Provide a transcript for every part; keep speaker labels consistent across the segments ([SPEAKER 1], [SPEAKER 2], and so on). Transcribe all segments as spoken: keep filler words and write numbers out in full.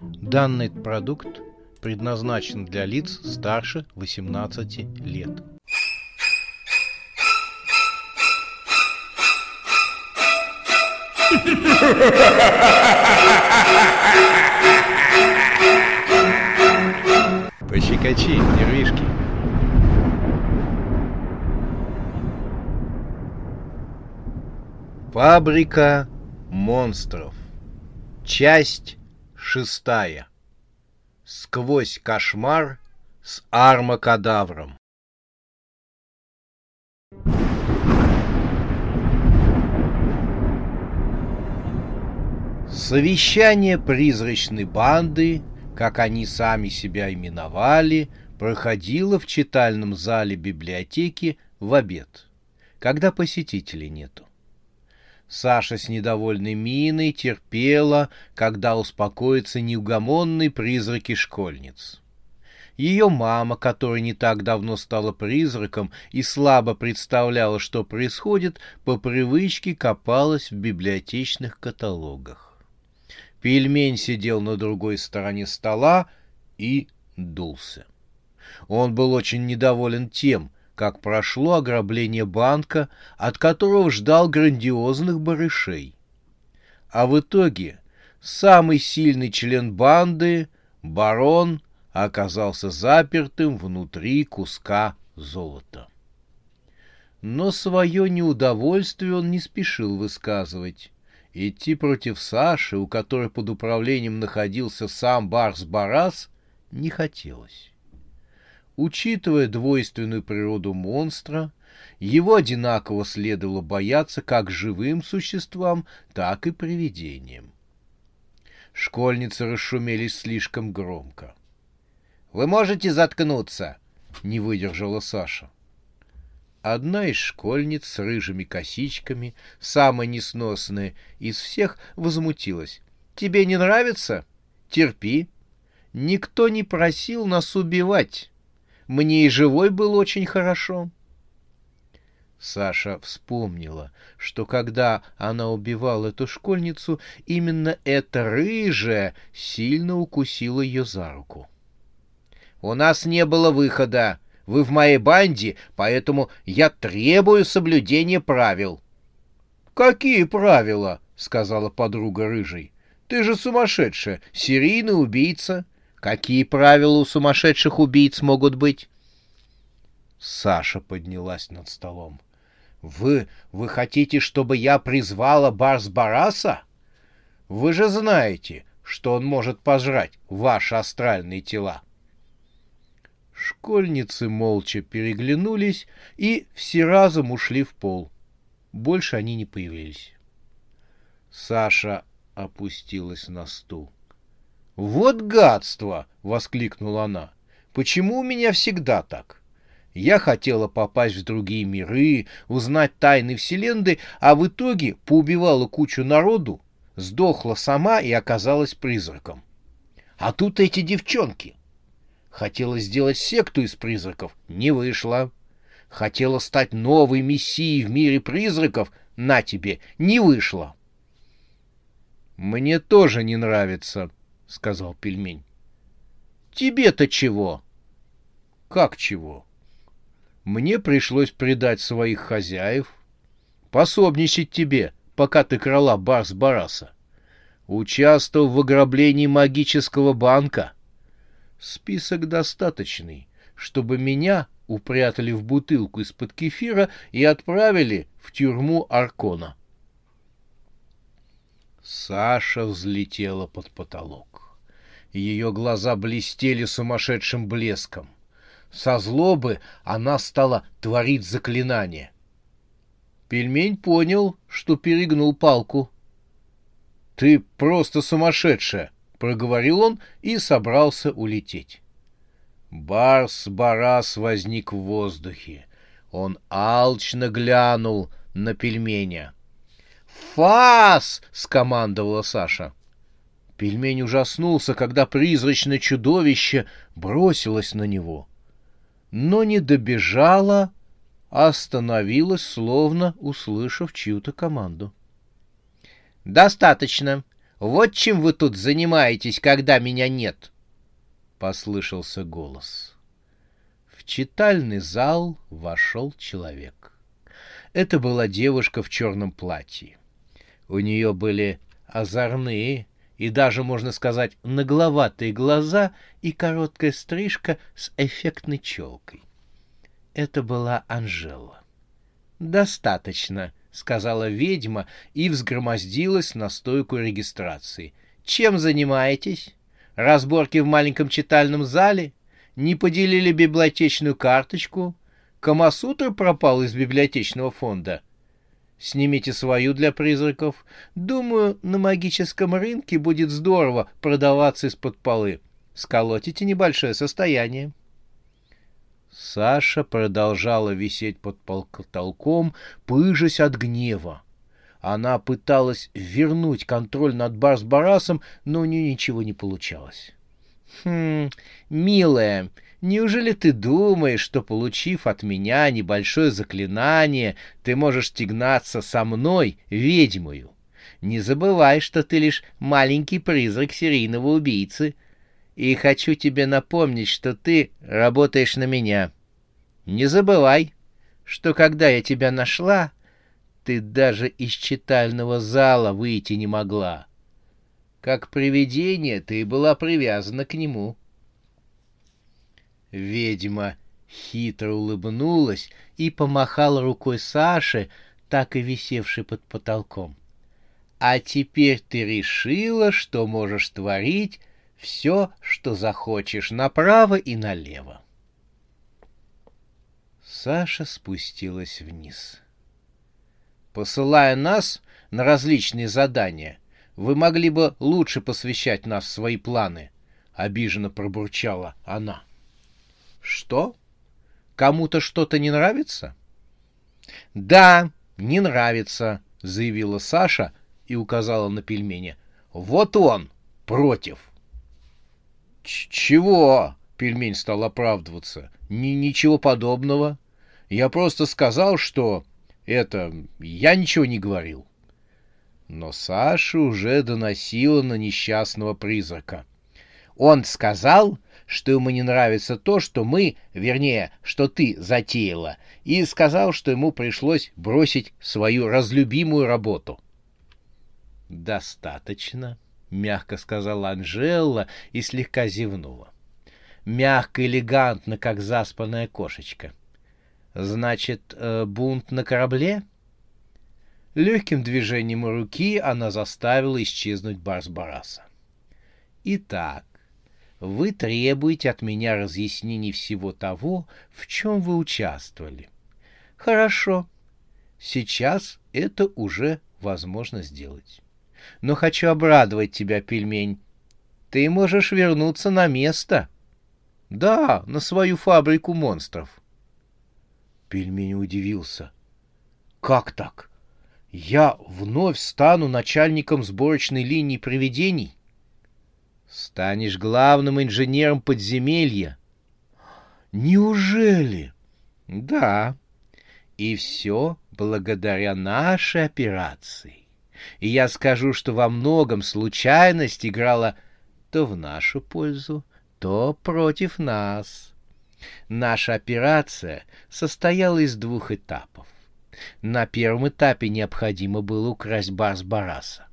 [SPEAKER 1] Данный продукт предназначен для лиц старше восемнадцати лет. Пощекочи, нервишки. Фабрика монстров. Часть шестая. Сквозь кошмар с Армакадавром. Совещание призрачной банды, как они сами себя именовали, проходило в читальном зале библиотеки в обед, когда посетителей нету. Саша с недовольной миной терпела, когда успокоятся неугомонные призраки школьниц. Ее мама, которая не так давно стала призраком и слабо представляла, что происходит, по привычке копалась в библиотечных каталогах. Пельмень сидел на другой стороне стола и дулся. Он был очень недоволен тем, как прошло ограбление банка, от которого ждал грандиозных барышей. А в итоге самый сильный член банды, барон, оказался запертым внутри куска золота. Но свое неудовольствие он не спешил высказывать. Идти против Саши, у которой под управлением находился сам Барс-Барас, не хотелось. Учитывая двойственную природу монстра, его одинаково следовало бояться как живым существам, так и привидениям. Школьницы расшумелись слишком громко. — Вы можете заткнуться? — не выдержала Саша. Одна из школьниц с рыжими косичками, самая несносная из всех, возмутилась. — Тебе не нравится? Терпи. Никто не просил нас убивать. Мне и живой был очень хорошо. Саша вспомнила, что когда она убивала эту школьницу, именно эта рыжая сильно укусила ее за руку. — У нас не было выхода. Вы в моей банде, поэтому я требую соблюдения правил. — Какие правила? — сказала подруга рыжей. — Ты же сумасшедшая, серийный убийца. Какие правила у сумасшедших убийц могут быть? Саша поднялась над столом. — Вы, вы хотите, чтобы я призвала Барс-Бараса? Вы же знаете, что он может пожрать ваши астральные тела. Школьницы молча переглянулись и все разом ушли в пол. Больше они не появились. Саша опустилась на стул. — Вот гадство! — воскликнула она. — Почему у меня всегда так? Я хотела попасть в другие миры, узнать тайны Вселенной, а в итоге поубивала кучу народу, сдохла сама и оказалась призраком. А тут эти девчонки. Хотела сделать секту из призраков — не вышло. Хотела стать новой мессией в мире призраков — на тебе, не вышло. — Мне тоже не нравится, — сказал Пельмень. — Тебе-то чего? — Как чего? Мне пришлось предать своих хозяев, пособничать тебе, пока ты крала Барс-Бараса, участвовал в ограблении магического банка. Список достаточный, чтобы меня упрятали в бутылку из-под кефира и отправили в тюрьму Аркона. Саша взлетела под потолок. Ее глаза блестели сумасшедшим блеском. Со злобы она стала творить заклинание. Пельмень понял, что перегнул палку. — Ты просто сумасшедшая! — проговорил он и собрался улететь. Барс-Барас возник в воздухе. Он алчно глянул на Пельменя. «Фас!» — скомандовала Саша. Пельмень ужаснулся, когда призрачное чудовище бросилось на него. Но не добежала, а остановилась, словно услышав чью-то команду. «Достаточно. Вот чем вы тут занимаетесь, когда меня нет!» — послышался голос. В читальный зал вошел человек. Это была девушка в черном платье. У нее были озорные и даже, можно сказать, нагловатые глаза и короткая стрижка с эффектной челкой. Это была Анжела. «Достаточно», — сказала ведьма и взгромоздилась на стойку регистрации. «Чем занимаетесь? Разборки в маленьком читальном зале? Не поделили библиотечную карточку? Камасутра пропал из библиотечного фонда? Снимите свою для призраков. Думаю, на магическом рынке будет здорово продаваться из-под полы. Сколотите небольшое состояние». Саша продолжала висеть под потолком, пыжась от гнева. Она пыталась вернуть контроль над Барс-Барасом, но у нее ничего не получалось. «Хм, милая, неужели ты думаешь, что, получив от меня небольшое заклинание, ты можешь тягнаться со мной, ведьмою? Не забывай, что ты лишь маленький призрак серийного убийцы. И хочу тебе напомнить, что ты работаешь на меня. Не забывай, что когда я тебя нашла, ты даже из читального зала выйти не могла. Как привидение ты была привязана к нему». Ведьма хитро улыбнулась и помахала рукой Саше, так и висевшей под потолком. «А теперь ты решила, что можешь творить все, что захочешь, направо и налево». Саша спустилась вниз. «Посылая нас на различные задания, вы могли бы лучше посвящать нас в свои планы», — обиженно пробурчала она. «Что? Кому-то что-то не нравится?» «Да, не нравится», — заявила Саша и указала на пельмени. «Вот он, против». «Чего?» — пельмень стал оправдываться. Ни «Ничего подобного. Я просто сказал, что... это... я ничего не говорил». Но Саша уже доносила на несчастного призрака. «Он сказал, что ему не нравится то, что мы, вернее, что ты затеяла, и сказал, что ему пришлось бросить свою разлюбимую работу». «Достаточно», — мягко сказала Анжела и слегка зевнула. Мягко, элегантно, как заспанная кошечка. «Значит, э, бунт на корабле?» Легким движением руки она заставила исчезнуть Барс-Бараса. «Итак, вы требуете от меня разъяснений всего того, в чем вы участвовали. Хорошо, сейчас это уже возможно сделать. Но хочу обрадовать тебя, пельмень. Ты можешь вернуться на место. Да, на свою фабрику монстров». Пельмень удивился. «Как так? Я вновь стану начальником сборочной линии привидений?» «Станешь главным инженером подземелья». «Неужели?» «Да. И все благодаря нашей операции. И я скажу, что во многом случайность играла то в нашу пользу, то против нас. Наша операция состояла из двух этапов. На первом этапе необходимо было украсть Барс-Бараса.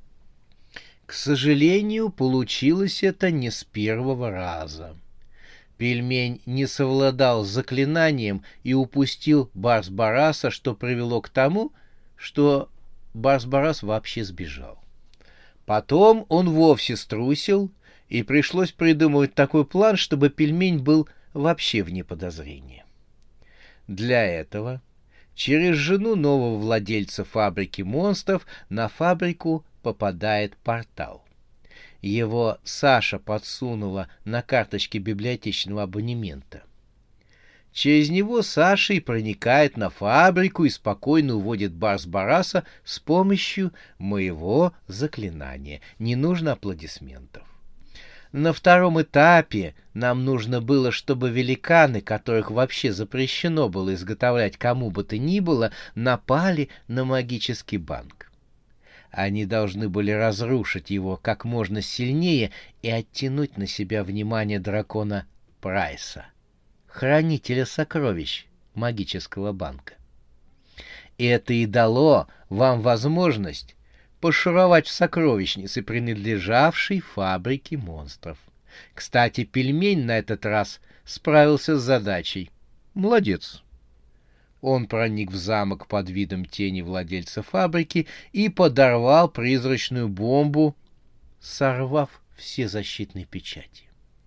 [SPEAKER 1] К сожалению, получилось это не с первого раза. Пельмень не совладал с заклинанием и упустил Барс-Бараса, что привело к тому, что Барс-Барас вообще сбежал. Потом он вовсе струсил, и пришлось придумывать такой план, чтобы пельмень был вообще вне подозрения. Для этого через жену нового владельца фабрики монстров на фабрику попадает портал. Его Саша подсунула на карточке библиотечного абонемента. Через него Саша и проникает на фабрику и спокойно уводит Барс-Бараса с помощью моего заклинания. Не нужно аплодисментов. На втором этапе нам нужно было, чтобы великаны, которых вообще запрещено было изготовлять кому бы то ни было, напали на магический банк. Они должны были разрушить его как можно сильнее и оттянуть на себя внимание дракона Прайса, хранителя сокровищ магического банка. И это и дало вам возможность пошуровать в сокровищнице, принадлежавшей фабрике монстров. Кстати, пельмень на этот раз справился с задачей. Молодец. Он проник в замок под видом тени владельца фабрики и подорвал призрачную бомбу, сорвав все защитные печати.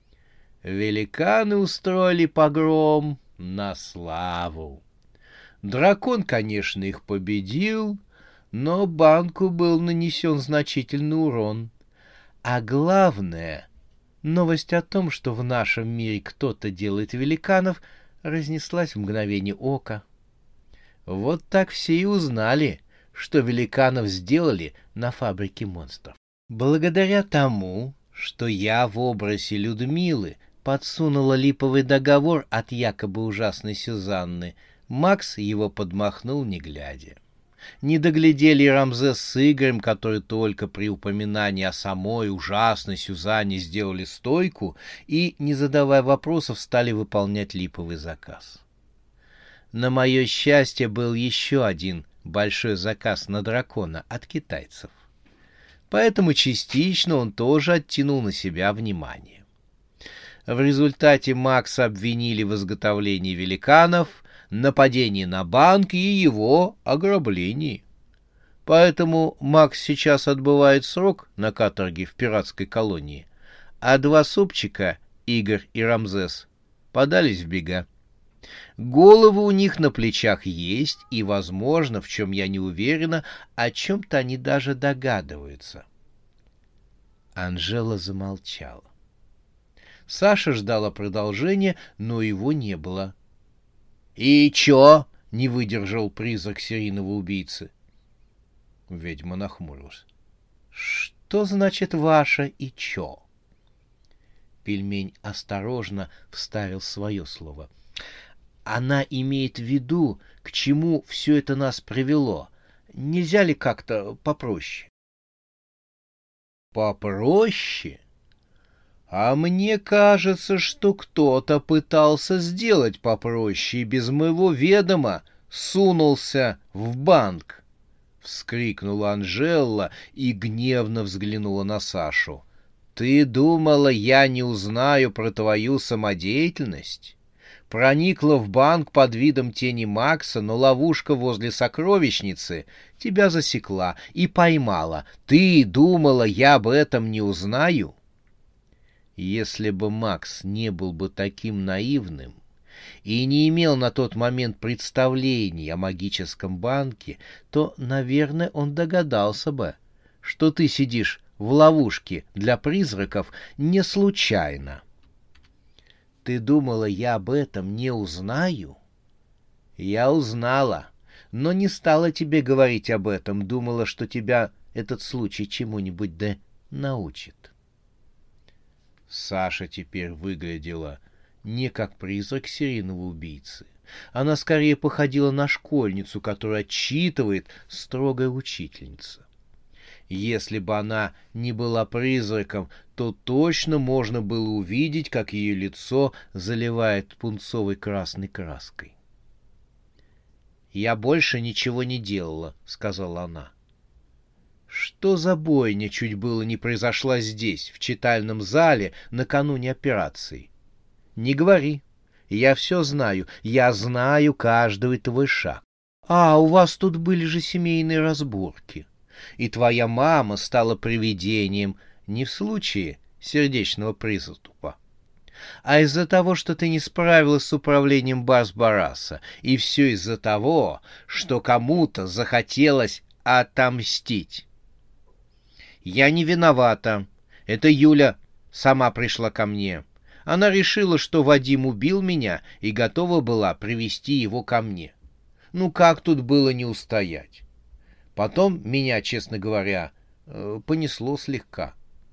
[SPEAKER 1] Великаны устроили погром на славу. Дракон, конечно, их победил, но банку был нанесен значительный урон. А главное, новость о том, что в нашем мире кто-то делает великанов, разнеслась в мгновение ока. Вот так все и узнали, что великанов сделали на фабрике монстров. Благодаря тому, что я в образе Людмилы подсунула липовый договор от якобы ужасной Сюзанны, Макс его подмахнул, не глядя. Не доглядели и Рамзес с Игорем, которые только при упоминании о самой ужасной Сюзанне сделали стойку и, не задавая вопросов, стали выполнять липовый заказ. На мое счастье, был еще один большой заказ на дракона от китайцев. Поэтому частично он тоже оттянул на себя внимание. В результате Макса обвинили в изготовлении великанов, нападении на банк и его ограблении. Поэтому Макс сейчас отбывает срок на каторге в пиратской колонии, а два супчика, Игорь и Рамзес, подались в бега. Головы у них на плечах есть, и, возможно, в чем я не уверена, о чем-то они даже догадываются. Анжела замолчала. Саша ждала продолжения, но его не было. — И чё? — не выдержал призрак серийного убийцы. Ведьма нахмурилась. — Что значит ваше «и чё»? Пельмень осторожно вставил свое слово. Она имеет в виду, к чему все это нас привело. Нельзя ли как-то попроще? Попроще? А мне кажется, что кто-то пытался сделать попроще и без моего ведома сунулся в банк. Вскрикнула Анжела и гневно взглянула на Сашу. Ты думала, я не узнаю про твою самодеятельность? Проникла в банк под видом тени Макса, но ловушка возле сокровищницы тебя засекла и поймала. Ты думала, я об этом не узнаю? Если бы Макс не был бы таким наивным и не имел на тот момент представлений о магическом банке, то, наверное, он догадался бы, что ты сидишь в ловушке для призраков не случайно. Ты думала, я об этом не узнаю? Я узнала, но не стала тебе говорить об этом, думала, что тебя этот случай чему-нибудь да научит. Саша теперь выглядела не как призрак серийного убийцы. Она скорее походила на школьницу, которую отчитывает строгая учительница. Если бы она не была призраком, то точно можно было увидеть, как ее лицо заливает пунцовой красной краской. «Я больше ничего не делала», — сказала она. «Что за бойня чуть было не произошла здесь, в читальном зале, накануне операции? Не говори. Я все знаю. Я знаю каждый твой шаг. А, у вас тут были же семейные разборки. И твоя мама стала привидением не в случае сердечного приступа, а из-за того, что ты не справилась с управлением Барс-Бараса, и все из-за того, что кому-то захотелось отомстить. Я не виновата. Это Юля сама пришла ко мне. Она решила, что Вадим убил меня и готова была привести его ко мне. Ну как тут было не устоять? Потом меня, честно говоря, понесло слегка.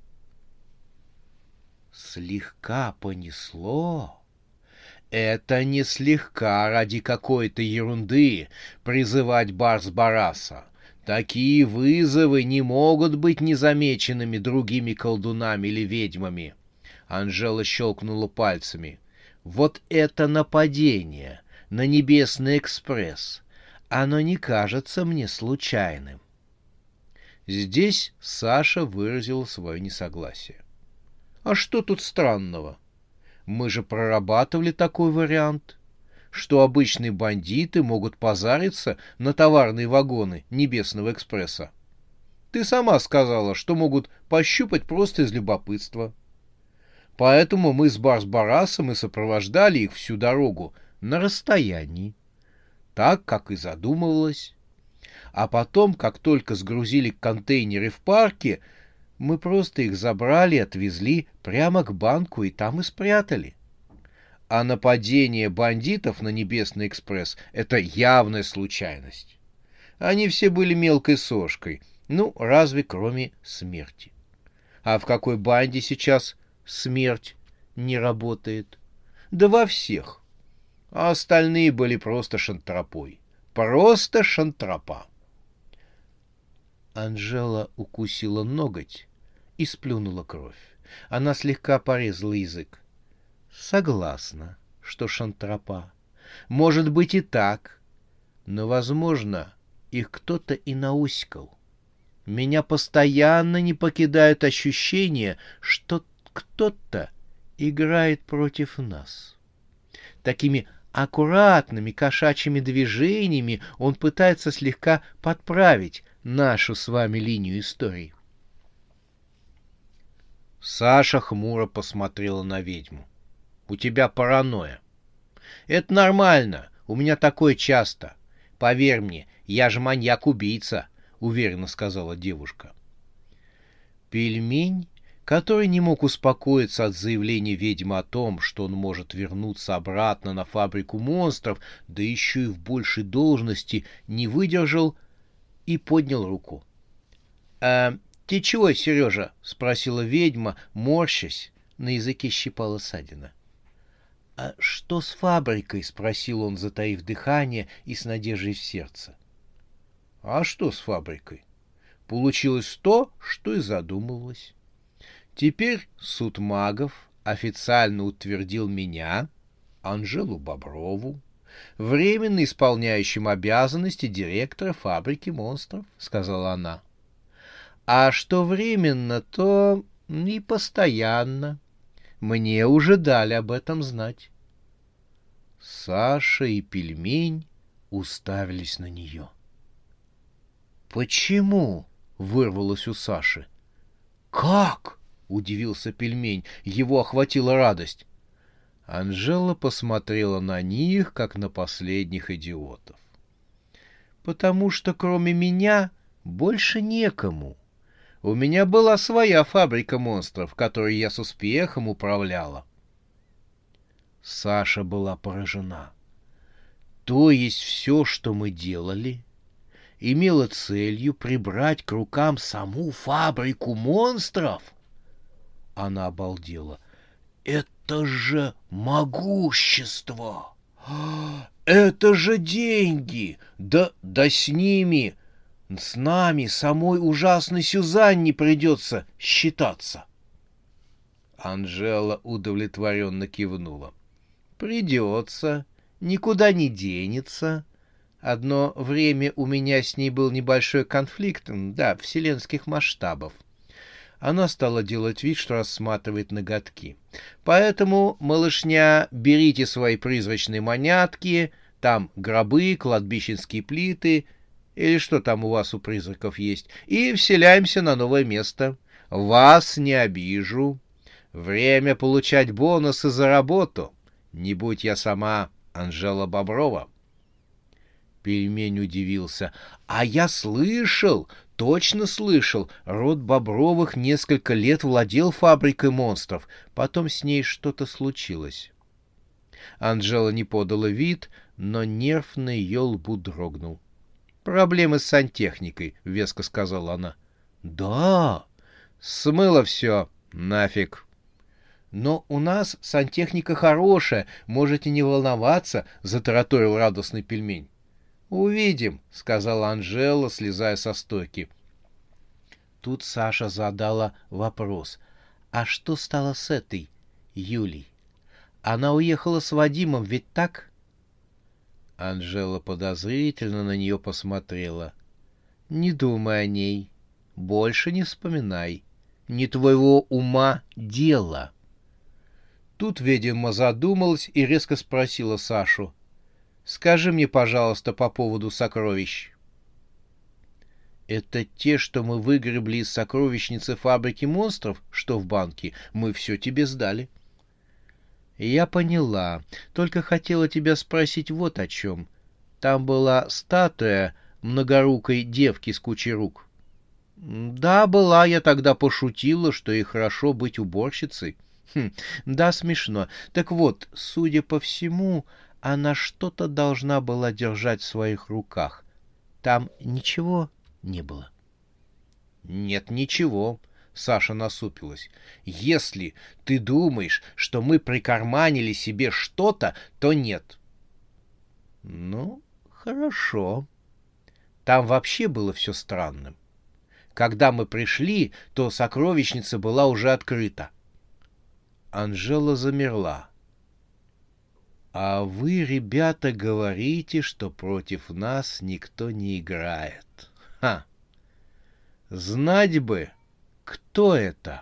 [SPEAKER 1] Слегка понесло? Это не слегка ради какой-то ерунды призывать Барс-Бараса. Такие вызовы не могут быть незамеченными другими колдунами или ведьмами. Анжела щелкнула пальцами. Вот это нападение на Небесный экспресс. Оно не кажется мне случайным. Здесь Саша выразил свое несогласие. А что тут странного? Мы же прорабатывали такой вариант, что обычные бандиты могут позариться на товарные вагоны Небесного экспресса. Ты сама сказала, что могут пощупать просто из любопытства. Поэтому мы с Барс-Барасом и сопровождали их всю дорогу на расстоянии, так, как и задумывалось. А потом, как только сгрузили контейнеры в парке, мы просто их забрали и отвезли прямо к банку и там и спрятали. А нападение бандитов на Небесный экспресс — это явная случайность. Они все были мелкой сошкой, ну, разве кроме смерти. А в какой банде сейчас смерть не работает? Да во всех. А остальные были просто шантропой. Просто шантропа. Анжела укусила ноготь и сплюнула кровь. Она слегка порезала язык. Согласна, что шантропа. Может быть и так, но, возможно, их кто-то и науськал. Меня постоянно не покидает ощущение, что кто-то играет против нас. Такими аккуратными кошачьими движениями он пытается слегка подправить нашу с вами линию истории. Саша хмуро посмотрела на ведьму. У тебя паранойя. Это нормально, у меня такое часто. Поверь мне, я же маньяк-убийца, уверенно сказала девушка. Пельмень, который не мог успокоиться от заявления ведьмы о том, что он может вернуться обратно на фабрику монстров, да еще и в большей должности, не выдержал и поднял руку. — А ты чего, Сережа? — спросила ведьма, морщась, на языке щипала ссадина. — А что с фабрикой? — спросил он, затаив дыхание и с надеждой в сердце. — А что с фабрикой? Получилось то, что и задумывалось. Теперь суд магов официально утвердил меня, Анжелу Боброву, временно исполняющим обязанности директора фабрики монстров, — сказала она. А что временно, то и постоянно. Мне уже дали об этом знать. Саша и Пельмень уставились на нее. — Почему? — вырвалось у Саши. — Как? — удивился Пельмень. Его охватила радость. Анжела посмотрела на них, как на последних идиотов. — Потому что кроме меня больше некому. У меня была своя фабрика монстров, которой я с успехом управляла. Саша была поражена. То есть все, что мы делали, имело целью прибрать к рукам саму фабрику монстров? Она обалдела. Это же могущество! Это же деньги! Да, да с ними, с нами, самой ужасной Сюзанне придется считаться. Анжела удовлетворенно кивнула. Придется, никуда не денется. Одно время у меня с ней был небольшой конфликт, да, вселенских масштабов. Она стала делать вид, что рассматривает ноготки. Поэтому, малышня, берите свои призрачные монятки, там гробы, кладбищенские плиты, или что там у вас у призраков есть, и вселяемся на новое место. Вас не обижу. Время получать бонусы за работу. Не будь я сама Анжела Боброва. Пельмень удивился. А я слышал, точно слышал, род Бобровых несколько лет владел фабрикой монстров. Потом с ней что-то случилось. Анжела не подала вид, но нерв на ее лбу дрогнул. «Проблемы с сантехникой», — веско сказала она. «Да, смыло все, нафиг». «Но у нас сантехника хорошая, можете не волноваться», — затараторил радостный Пельмень. «Увидим», — сказала Анжела, слезая со стойки. Тут Саша задала вопрос. «А что стало с этой Юлей? Она уехала с Вадимом, ведь так?» Анжела подозрительно на нее посмотрела. «Не думай о ней. Больше не вспоминай. Не твоего ума дело». Тут ведьма задумалась и резко спросила Сашу. «Скажи мне, пожалуйста, по поводу сокровищ». «Это те, что мы выгребли из сокровищницы фабрики монстров, что в банке? Мы все тебе сдали». «Я поняла. Только хотела тебя спросить вот о чем. Там была статуя многорукой девки с кучей рук». «Да, была. Я тогда пошутила, что ей хорошо быть уборщицей». «Хм, да, смешно. Так вот, судя по всему, она что-то должна была держать в своих руках. Там ничего не было?» «Нет, ничего». Саша насупилась. «Если ты думаешь, что мы прикарманили себе что-то, то нет». «Ну, хорошо. Там вообще было все странным. Когда мы пришли, то сокровищница была уже открыта». Анжела замерла. «А вы, ребята, говорите, что против нас никто не играет. Ха! Знать бы, кто это?»